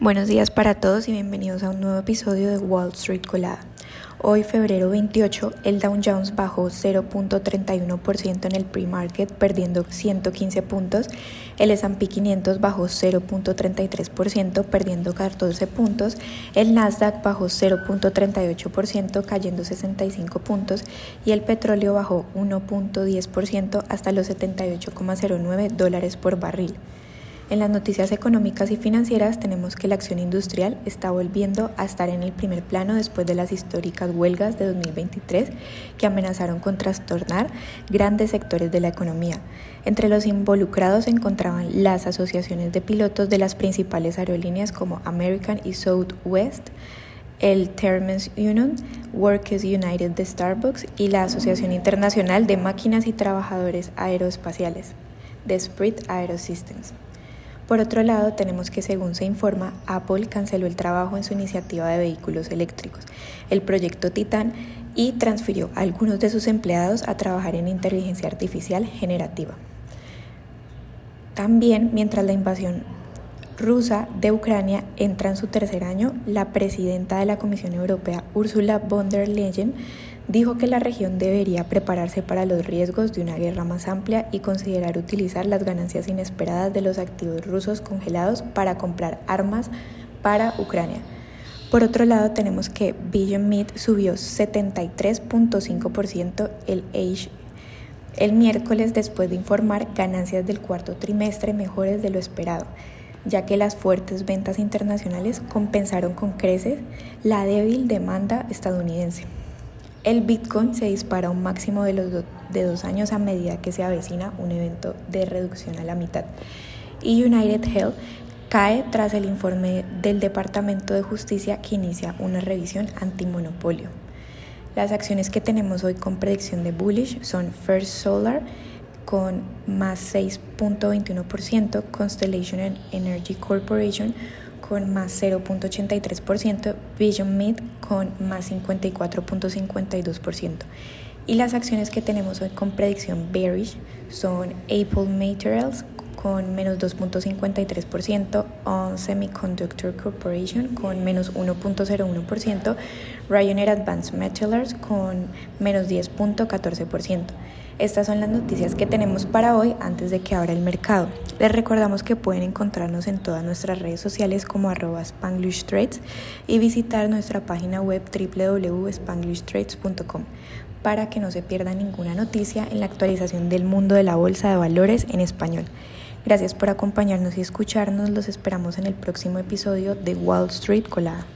Buenos días para todos y bienvenidos a un nuevo episodio de Wall Street Colada. Hoy, febrero 28, el Dow Jones bajó 0.31% en el pre-market, perdiendo 115 puntos. El S&P 500 bajó 0.33%, perdiendo 14 puntos. El Nasdaq bajó 0.38%, cayendo 65 puntos. Y el petróleo bajó 1.10% hasta los $78,09 por barril. En las noticias económicas y financieras tenemos que la acción industrial está volviendo a estar en el primer plano después de las históricas huelgas de 2023 que amenazaron con trastornar grandes sectores de la economía. Entre los involucrados se encontraban las asociaciones de pilotos de las principales aerolíneas como American y Southwest, el Terminus Union, Workers United de Starbucks y la Asociación Internacional de Máquinas y Trabajadores Aeroespaciales de Spirit AeroSystems. Por otro lado, tenemos que, según se informa, Apple canceló el trabajo en su iniciativa de vehículos eléctricos, el proyecto Titan, y transfirió a algunos de sus empleados a trabajar en inteligencia artificial generativa. También, mientras la invasión rusa de Ucrania entra en su tercer año, la presidenta de la Comisión Europea, Ursula von der Leyen, dijo que la región debería prepararse para los riesgos de una guerra más amplia y considerar utilizar las ganancias inesperadas de los activos rusos congelados para comprar armas para Ucrania. Por otro lado, tenemos que Beyond Meat subió 73.5% el miércoles después de informar ganancias del cuarto trimestre mejores de lo esperado, ya que las fuertes ventas internacionales compensaron con creces la débil demanda estadounidense. El Bitcoin se dispara a un máximo de 2 años a medida que se avecina un evento de reducción a la mitad. Y United Health cae tras el informe del Departamento de Justicia que inicia una revisión antimonopolio. Las acciones que tenemos hoy con predicción de bullish son First Solar con más 6.21%, Constellation Energy Corporation con más 0.83%, Beyond Meat con más 54.52%. Y las acciones que tenemos hoy con predicción bearish son Apple Materials con menos 2.53%, ON Semiconductor Corporation con menos 1.01%, Ryanair Advanced Metallurgs con menos 10.14%. Estas son las noticias que tenemos para hoy antes de que abra el mercado. Les recordamos que pueden encontrarnos en todas nuestras redes sociales como @SpanglishTrades y visitar nuestra página web www.spanglishtrades.com para que no se pierda ninguna noticia en la actualización del mundo de la bolsa de valores en español. Gracias por acompañarnos y escucharnos. Los esperamos en el próximo episodio de Wall Street Colada.